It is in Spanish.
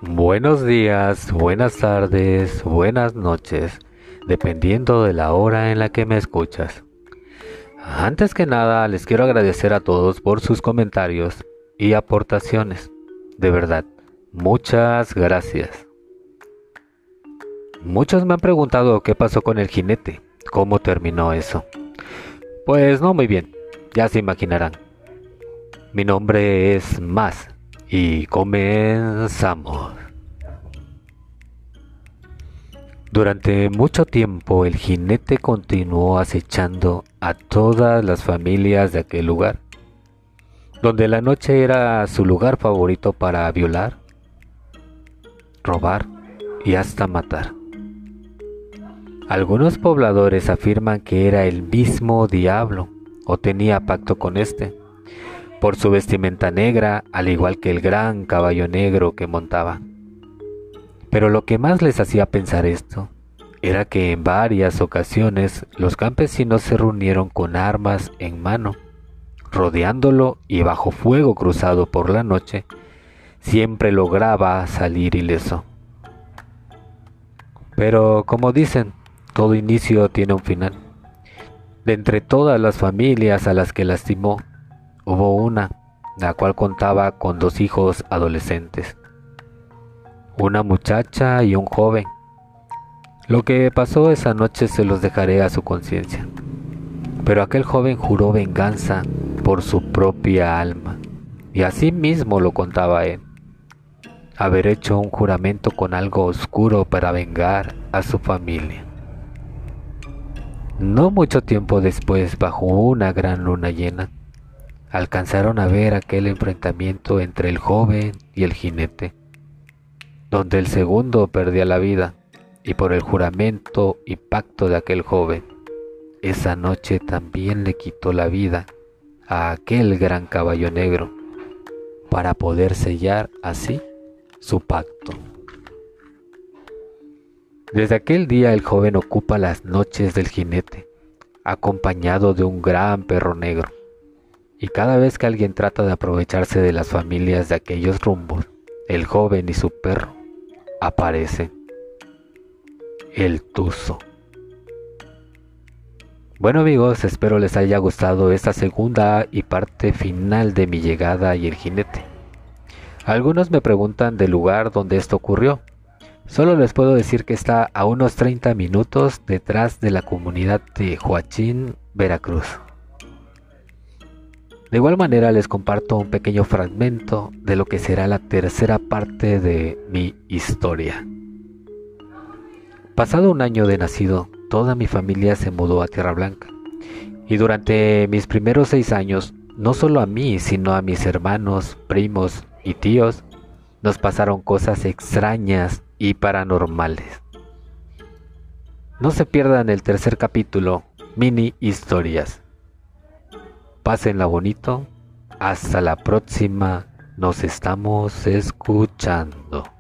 Buenos días, buenas tardes, buenas noches, dependiendo de la hora en la que me escuchas. Antes que nada, les quiero agradecer a todos por sus comentarios y aportaciones. De verdad, muchas gracias. Muchos me han preguntado qué pasó con el jinete, cómo terminó eso. Pues no muy bien, ya se imaginarán. Mi nombre es Mas y comenzamos. Durante mucho tiempo el jinete continuó acechando a todas las familias de aquel lugar, donde la noche era su lugar favorito para violar, robar y hasta matar. Algunos pobladores afirman que era el mismo diablo o tenía pacto con este, por su vestimenta negra, al igual que el gran caballo negro que montaba. Pero lo que más les hacía pensar esto era que en varias ocasiones los campesinos se reunieron con armas en mano, rodeándolo y bajo fuego cruzado por la noche, siempre lograba salir ileso. Pero como dicen, todo inicio tiene un final. De entre todas las familias a las que lastimó, hubo una, la cual contaba con dos hijos adolescentes, una muchacha y un joven. Lo que pasó esa noche se los dejaré a su conciencia, pero aquel joven juró venganza por su propia alma, y así mismo lo contaba él, haber hecho un juramento con algo oscuro para vengar a su familia. No mucho tiempo después, bajo una gran luna llena, alcanzaron a ver aquel enfrentamiento entre el joven y el jinete, donde el segundo perdía la vida, y por el juramento y pacto de aquel joven, esa noche también le quitó la vida a aquel gran caballo negro, para poder sellar así su pacto. Desde aquel día el joven ocupa las noches del jinete, acompañado de un gran perro negro, y cada vez que alguien trata de aprovecharse de las familias de aquellos rumbos, el joven y su perro aparecen. El Tuzo. Bueno amigos, espero les haya gustado esta segunda y parte final de mi llegada y el jinete. Algunos me preguntan del lugar donde esto ocurrió. Solo les puedo decir que está a unos 30 minutos detrás de la comunidad de Joachín, Veracruz. De igual manera les comparto un pequeño fragmento de lo que será la tercera parte de mi historia. Pasado un año de nacido, toda mi familia se mudó a Tierra Blanca. Y durante mis primeros 6 años, no solo a mí, sino a mis hermanos, primos y tíos, nos pasaron cosas extrañas y paranormales. No se pierdan el tercer capítulo, Mini Historias. Pásenla bonito. Hasta la próxima. Nos estamos escuchando.